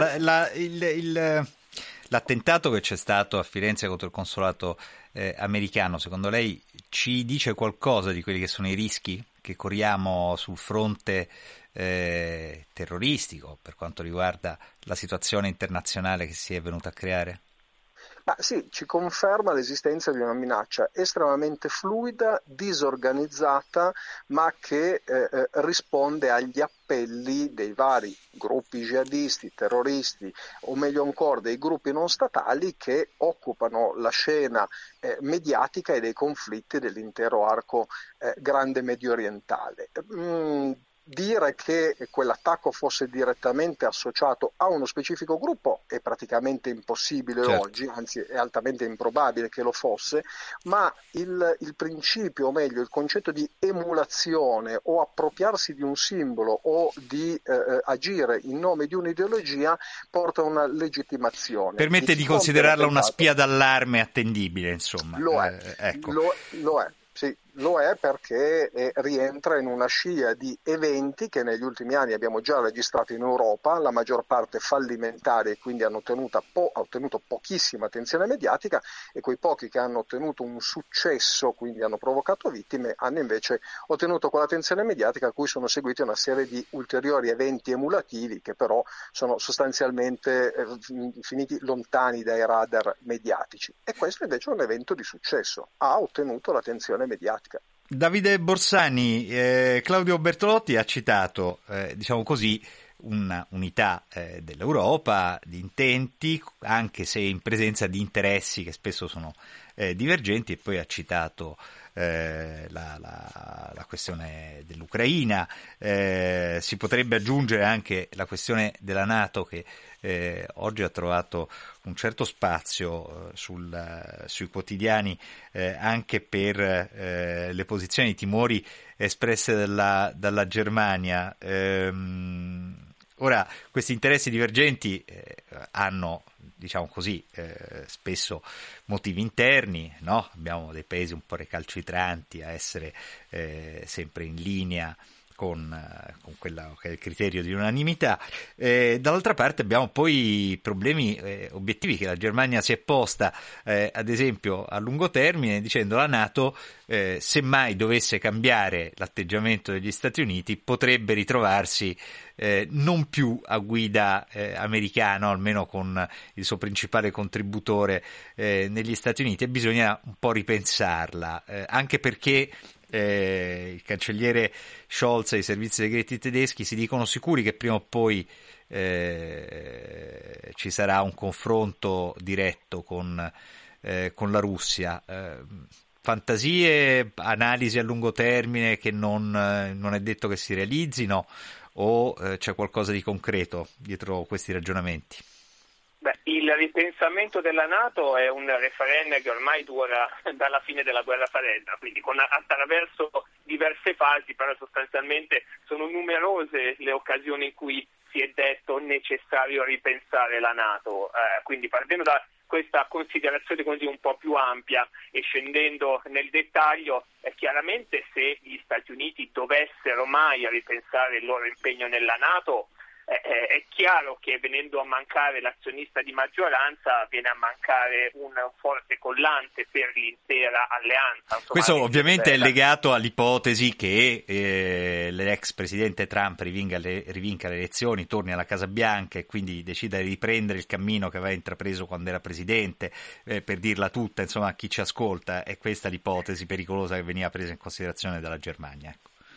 l'attentato che c'è stato a Firenze contro il consolato americano, secondo lei ci dice qualcosa di quelli che sono i rischi che corriamo sul fronte terroristico per quanto riguarda la situazione internazionale che si è venuta a creare? Sì, ci conferma l'esistenza di una minaccia estremamente fluida, disorganizzata, ma che risponde agli appelli dei vari gruppi jihadisti, terroristi, o meglio ancora dei gruppi non statali che occupano la scena mediatica e dei conflitti dell'intero arco grande medio orientale. Dire che quell'attacco fosse direttamente associato a uno specifico gruppo è praticamente impossibile, certo. Oggi, anzi è altamente improbabile che lo fosse, ma il principio, o meglio il concetto di emulazione o appropriarsi di un simbolo o di agire in nome di un'ideologia porta a una legittimazione. Permette di considerarla una spia d'allarme attendibile, insomma. Lo è, ecco. lo è. Sì, Lo è perché rientra in una scia di eventi che negli ultimi anni abbiamo già registrato in Europa, la maggior parte fallimentari e quindi hanno ottenuto pochissima attenzione mediatica, e quei pochi che hanno ottenuto un successo, quindi hanno provocato vittime, hanno invece ottenuto quell'attenzione mediatica a cui sono seguiti una serie di ulteriori eventi emulativi che però sono sostanzialmente finiti lontani dai radar mediatici. E questo invece è un evento di successo, ha ottenuto l'attenzione mediatica. Davide Borsani, Claudio Bertolotti ha citato, diciamo così, una unità dell'Europa, di intenti, anche se in presenza di interessi che spesso sono divergenti, e poi ha citato la questione dell'Ucraina. Si potrebbe aggiungere anche la questione della NATO, che oggi ha trovato un certo spazio sui quotidiani, anche per le posizioni, i timori espresse dalla Germania. Ora, questi interessi divergenti hanno, diciamo così, spesso motivi interni, no? Abbiamo dei paesi un po' recalcitranti a essere sempre in linea con quello che è il criterio di unanimità. Dall'altra parte abbiamo poi problemi obiettivi che la Germania si è posta, ad esempio a lungo termine, dicendo la NATO, se mai dovesse cambiare l'atteggiamento degli Stati Uniti, potrebbe ritrovarsi non più a guida americana, almeno con il suo principale contributore negli Stati Uniti, e bisogna un po' ripensarla, anche perché il cancelliere Scholz e i servizi segreti tedeschi si dicono sicuri che prima o poi ci sarà un confronto diretto con la Russia. Fantasie, analisi a lungo termine che non è detto che si realizzino, o c'è qualcosa di concreto dietro questi ragionamenti? Il ripensamento della NATO è un referendum che ormai dura dalla fine della guerra fredda, quindi attraverso diverse fasi, però sostanzialmente sono numerose le occasioni in cui si è detto necessario ripensare la NATO. Quindi partendo da questa considerazione così un po' più ampia e scendendo nel dettaglio, chiaramente se gli Stati Uniti dovessero mai ripensare il loro impegno nella NATO, è chiaro che venendo a mancare l'azionista di maggioranza viene a mancare un forte collante per l'intera alleanza. Insomma, questo ovviamente è legato all'ipotesi che l'ex presidente Trump rivinca le elezioni, torni alla Casa Bianca e quindi decida di riprendere il cammino che aveva intrapreso quando era presidente, per dirla tutta, insomma, a chi ci ascolta, è questa l'ipotesi pericolosa che veniva presa in considerazione dalla Germania.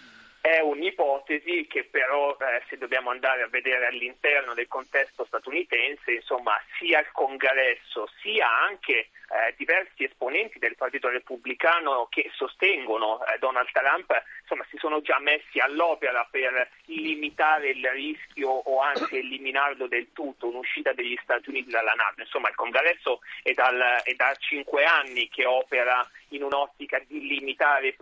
È un'ipotesi che però, se dobbiamo andare a vedere all'interno del contesto statunitense, insomma, sia il Congresso sia anche diversi esponenti del Partito Repubblicano che sostengono Donald Trump, insomma, si sono già messi all'opera per limitare il rischio o anzi eliminarlo del tutto, un'uscita degli Stati Uniti dalla NATO. Insomma, il Congresso è da 5 anni che opera in un'ottica di limitare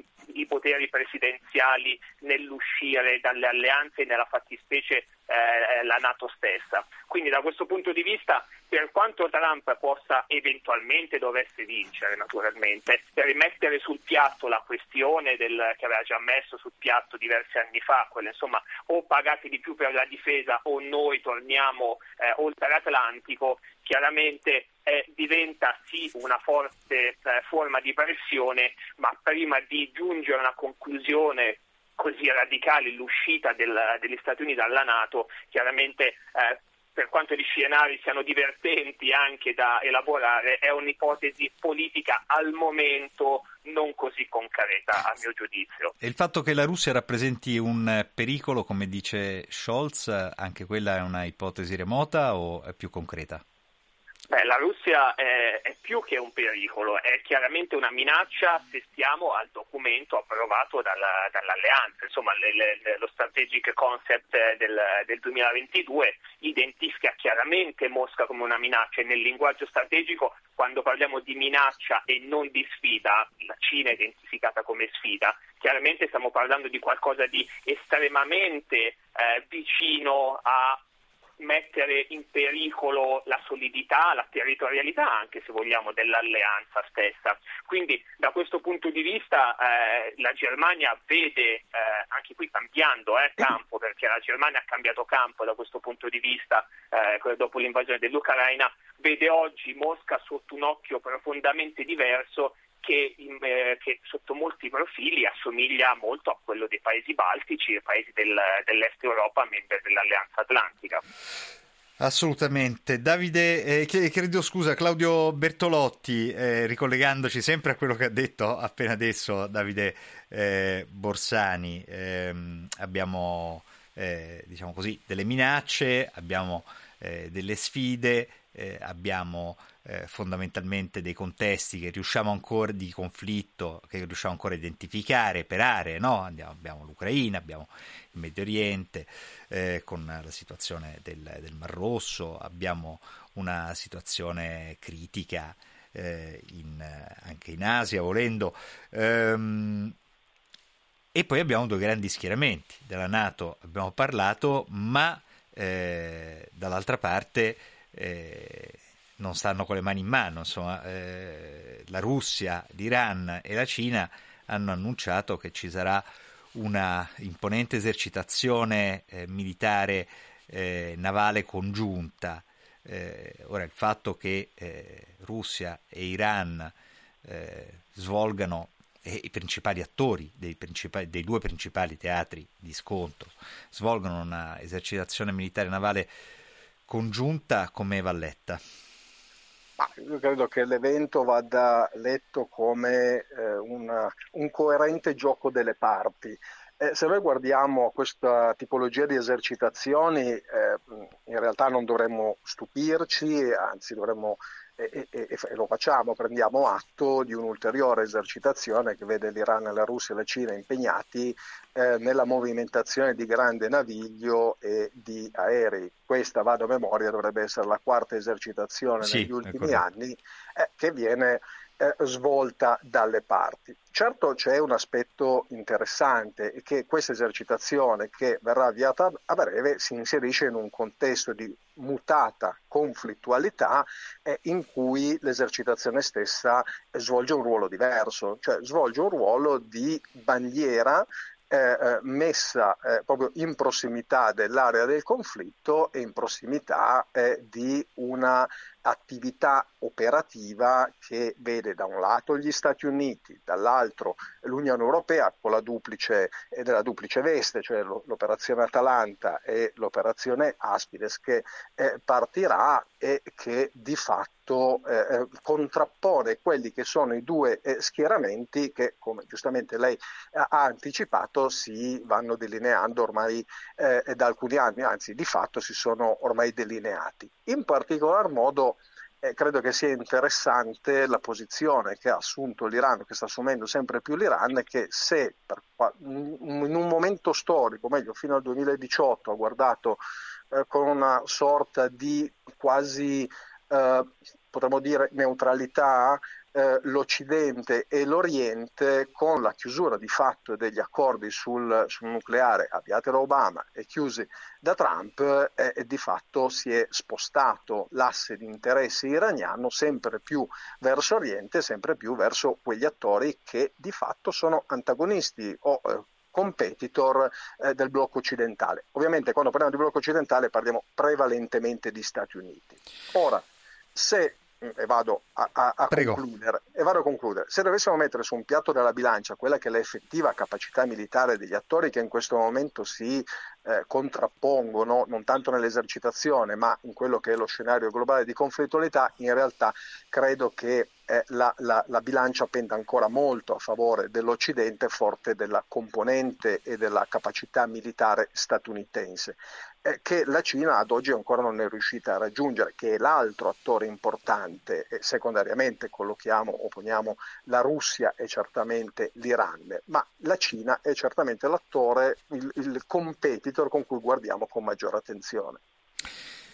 i poteri presidenziali nell'uscire dalle alleanze e nella fattispecie la NATO stessa. Quindi da questo punto di vista, per quanto Trump possa eventualmente dovesse vincere, naturalmente, per rimettere sul piatto la questione che aveva già messo sul piatto diversi anni fa, quella insomma, o pagate di più per la difesa o noi torniamo oltre l'Atlantico, chiaramente diventa sì una forte forma di pressione, ma prima di giungere a una conclusione così radicale, l'uscita degli Stati Uniti dalla NATO, chiaramente per quanto gli scenari siano divertenti anche da elaborare, è un'ipotesi politica al momento non così concreta, a mio giudizio. E il fatto che la Russia rappresenti un pericolo, come dice Scholz, anche quella è una ipotesi remota o è più concreta? La Russia è più che un pericolo, è chiaramente una minaccia se stiamo al documento approvato dall'alleanza. Insomma, lo Strategic Concept del 2022 identifica chiaramente Mosca come una minaccia, e nel linguaggio strategico, quando parliamo di minaccia e non di sfida, la Cina è identificata come sfida, chiaramente stiamo parlando di qualcosa di estremamente vicino a mettere in pericolo la solidità, la territorialità, anche se vogliamo, dell'alleanza stessa. Quindi da questo punto di vista la Germania vede, anche qui cambiando campo, perché la Germania ha cambiato campo da questo punto di vista dopo l'invasione dell'Ucraina, vede oggi Mosca sotto un occhio profondamente diverso che sotto molti profili assomiglia molto a quello dei paesi baltici e paesi dell'est Europa, membri dell'Alleanza Atlantica. Assolutamente. Davide, Claudio Bertolotti, ricollegandoci sempre a quello che ha detto appena adesso Davide Borsani, abbiamo diciamo così delle minacce, abbiamo delle sfide, abbiamo fondamentalmente dei contesti che riusciamo ancora di conflitto, che riusciamo ancora a identificare per aree, no? Abbiamo l'Ucraina, abbiamo il Medio Oriente con la situazione del Mar Rosso, abbiamo una situazione critica anche in Asia, volendo, e poi abbiamo due grandi schieramenti. Della NATO abbiamo parlato, ma dall'altra parte non stanno con le mani in mano, insomma, la Russia, l'Iran e la Cina hanno annunciato che ci sarà una imponente esercitazione militare navale congiunta. Ora il fatto che Russia e Iran svolgano i principali attori dei due principali teatri di scontro svolgono una esercitazione militare navale congiunta, come va letta? Io credo che l'evento vada letto come un coerente gioco delle parti. Se noi guardiamo questa tipologia di esercitazioni, in realtà non dovremmo stupirci, anzi dovremmo, e lo facciamo, prendiamo atto di un'ulteriore esercitazione che vede l'Iran, la Russia e la Cina impegnati nella movimentazione di grande naviglio e di aerei. Questa, vado a memoria, dovrebbe essere la quarta esercitazione negli ultimi anni che viene svolta dalle parti. Certo, c'è un aspetto interessante, che questa esercitazione che verrà avviata a breve si inserisce in un contesto di mutata conflittualità in cui l'esercitazione stessa svolge un ruolo diverso, cioè svolge un ruolo di bandiera messa proprio in prossimità dell'area del conflitto e in prossimità di una attività operativa che vede da un lato gli Stati Uniti, dall'altro l'Unione Europea con della duplice veste, cioè l'operazione Atalanta e l'operazione Aspides, che partirà e che di fatto contrappone quelli che sono i due schieramenti che, come giustamente lei ha anticipato, si vanno delineando ormai da alcuni anni, anzi di fatto si sono ormai delineati. In particolar modo credo che sia interessante la posizione che ha assunto l'Iran, che sta assumendo sempre più l'Iran, che se in un momento storico, meglio fino al 2018, ha guardato con una sorta di quasi, potremmo dire, neutralità l'Occidente e l'Oriente, con la chiusura di fatto degli accordi sul nucleare avviati da Obama e chiusi da Trump, di fatto si è spostato l'asse di interesse iraniano sempre più verso Oriente, sempre più verso quegli attori che di fatto sono antagonisti o competitor del blocco occidentale. Ovviamente quando parliamo di blocco occidentale parliamo prevalentemente di Stati Uniti. Ora, e vado a concludere. Se dovessimo mettere su un piatto della bilancia quella che è l'effettiva capacità militare degli attori che in questo momento si contrappongono, non tanto nell'esercitazione ma in quello che è lo scenario globale di conflittualità, in realtà credo che la bilancia penda ancora molto a favore dell'Occidente, forte della componente e della capacità militare statunitense, che la Cina ad oggi ancora non è riuscita a raggiungere, che è l'altro attore importante, e secondariamente collochiamo o poniamo la Russia e certamente l'Iran, ma la Cina è certamente l'attore, il competitor con cui guardiamo con maggiore attenzione.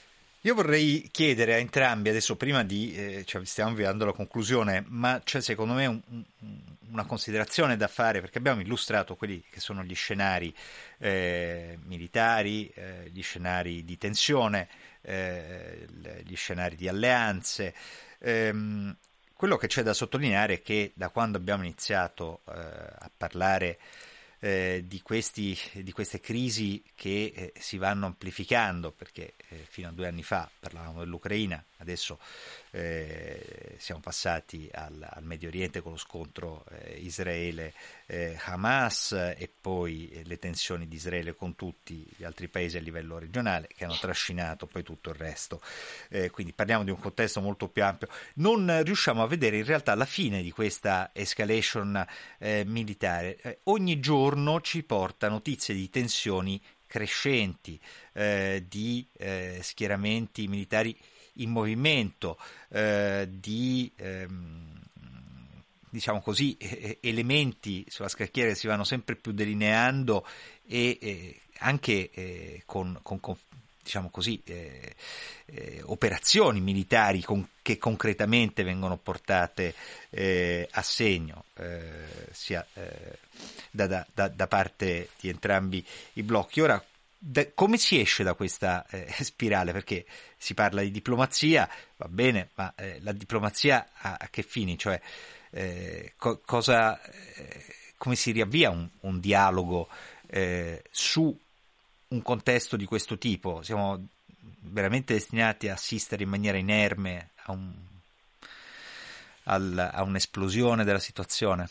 Io vorrei chiedere a entrambi, adesso prima di, stiamo avviando alla conclusione, ma c'è secondo me una considerazione da fare, perché abbiamo illustrato quelli che sono gli scenari militari, gli scenari di tensione, gli scenari di alleanze. Quello che c'è da sottolineare è che da quando abbiamo iniziato a parlare di queste crisi che si vanno amplificando, perché fino a 2 anni fa parlavamo dell'Ucraina, adesso siamo passati al Medio Oriente con lo scontro Israele-Hamas e poi le tensioni di Israele con tutti gli altri paesi a livello regionale che hanno trascinato poi tutto il resto, quindi parliamo di un contesto molto più ampio. Non riusciamo a vedere in realtà la fine di questa escalation militare. Ogni giorno ci porta notizie di tensioni crescenti, di schieramenti militari in movimento, di diciamo così elementi sulla scacchiera che si vanno sempre più delineando e anche con diciamo così operazioni militari che concretamente vengono portate a segno sia da parte di entrambi i blocchi. Ora, come si esce da questa spirale? Perché si parla di diplomazia, va bene, ma la diplomazia a che fini? Cioè, come si riavvia un dialogo su un contesto di questo tipo? Siamo veramente destinati a assistere in maniera inerme a un'esplosione della situazione?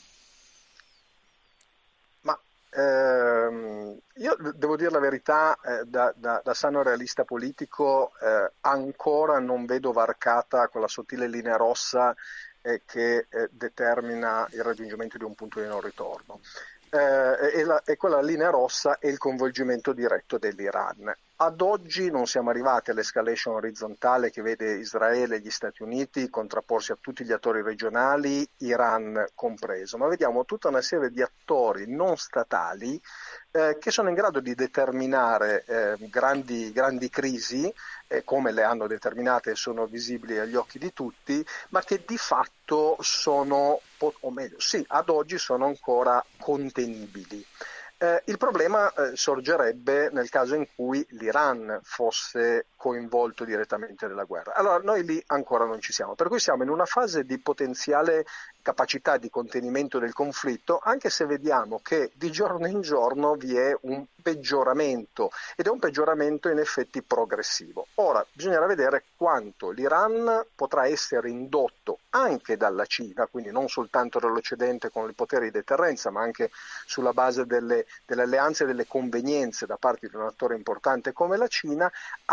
Io devo dire la verità, da sano realista politico, ancora non vedo varcata quella sottile linea rossa che determina il raggiungimento di un punto di non ritorno. E quella linea rossa è il coinvolgimento diretto dell'Iran. Ad oggi non siamo arrivati all'escalation orizzontale che vede Israele e gli Stati Uniti contrapporsi a tutti gli attori regionali, Iran compreso, ma vediamo tutta una serie di attori non statali che sono in grado di determinare grandi crisi, come le hanno determinate e sono visibili agli occhi di tutti, ma che di fatto sono, o meglio, sì, ad oggi sono ancora contenibili. Il problema sorgerebbe nel caso in cui l'Iran fosse coinvolto direttamente nella guerra. Allora noi lì ancora non ci siamo, per cui siamo in una fase di potenziale capacità di contenimento del conflitto, anche se vediamo che di giorno in giorno vi è un peggioramento, ed è un peggioramento in effetti progressivo. Ora bisognerà vedere quanto l'Iran potrà essere indotto anche dalla Cina, quindi non soltanto dall'Occidente con i poteri di deterrenza, ma anche sulla base delle alleanze e delle convenienze da parte di un attore importante come la Cina,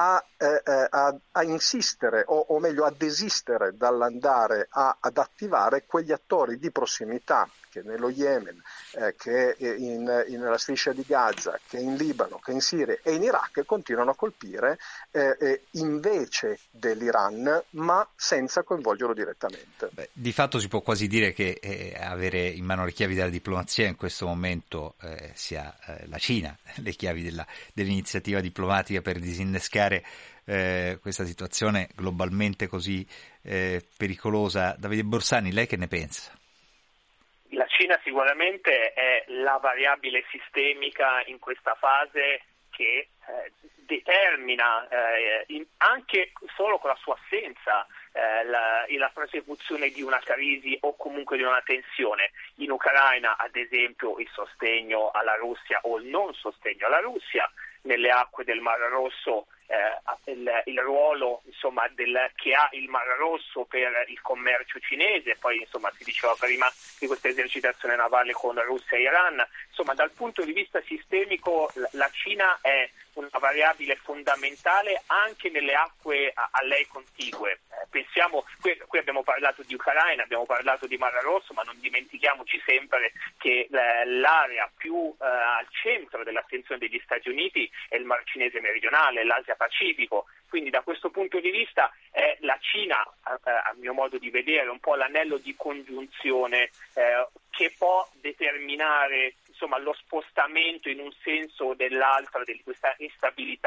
a insistere o meglio a desistere dall'andare ad attivare quegli attori di prossimità che nello Yemen, che nella striscia di Gaza, che in Libano, che in Siria e in Iraq continuano a colpire invece dell'Iran, ma senza coinvolgerlo direttamente. Di fatto si può quasi dire che avere in mano le chiavi della diplomazia in questo momento sia la Cina, le chiavi dell'iniziativa diplomatica per disinnescare questa situazione globalmente così pericolosa. Davide Borsani, lei che ne pensa? La Cina sicuramente è la variabile sistemica in questa fase che determina anche solo con la sua assenza la prosecuzione di una crisi o comunque di una tensione. In Ucraina, ad esempio, il sostegno alla Russia o il non sostegno alla Russia, nelle acque del Mar Rosso il ruolo insomma che ha il Mar Rosso per il commercio cinese, poi insomma si diceva prima di questa esercitazione navale con Russia e Iran. Insomma, dal punto di vista sistemico la Cina è una variabile fondamentale anche nelle acque a lei contigue. Pensiamo, qui abbiamo parlato di Ucraina, abbiamo parlato di Mar Rosso, ma non dimentichiamoci sempre che l'area più al centro dell'attenzione degli Stati Uniti è il Mar Cinese meridionale, l'Asia Pacifico. Quindi da questo punto di vista è la Cina, a mio modo di vedere, un po' l'anello di congiunzione che può determinare insomma lo spostamento in un senso o dell'altro di questa instabilità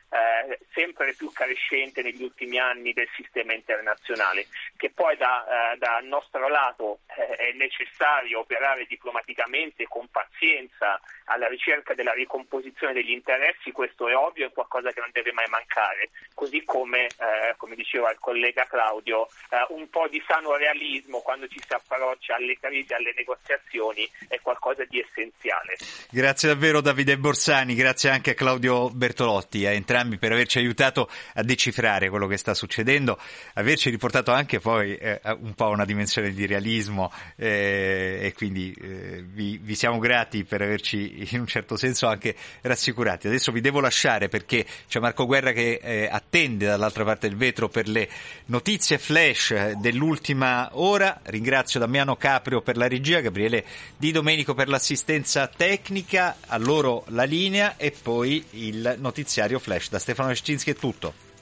sempre più crescente negli ultimi anni del sistema internazionale, che poi dal nostro lato è necessario operare diplomaticamente, con pazienza, alla ricerca della ricomposizione degli interessi. Questo è ovvio, è qualcosa che non deve mai mancare, così come diceva il collega Claudio, un po' di sano realismo quando ci si approccia alle crisi, alle negoziazioni, è qualcosa di essenziale. Grazie davvero Davide Borsani, grazie anche a Claudio Bertolotti, a entrambi per averci aiutato a decifrare quello che sta succedendo, averci riportato anche poi un po' una dimensione di realismo, e quindi vi siamo grati per averci in un certo senso anche rassicurati. Adesso vi devo lasciare perché c'è Marco Guerra che attende dall'altra parte del vetro per le notizie flash dell'ultima ora. Ringrazio Damiano Caprio per la regia, Gabriele Di Domenico per l'assistenza tecnica, a loro la linea e poi il notiziario flash. Da Stefano Nescinski è tutto.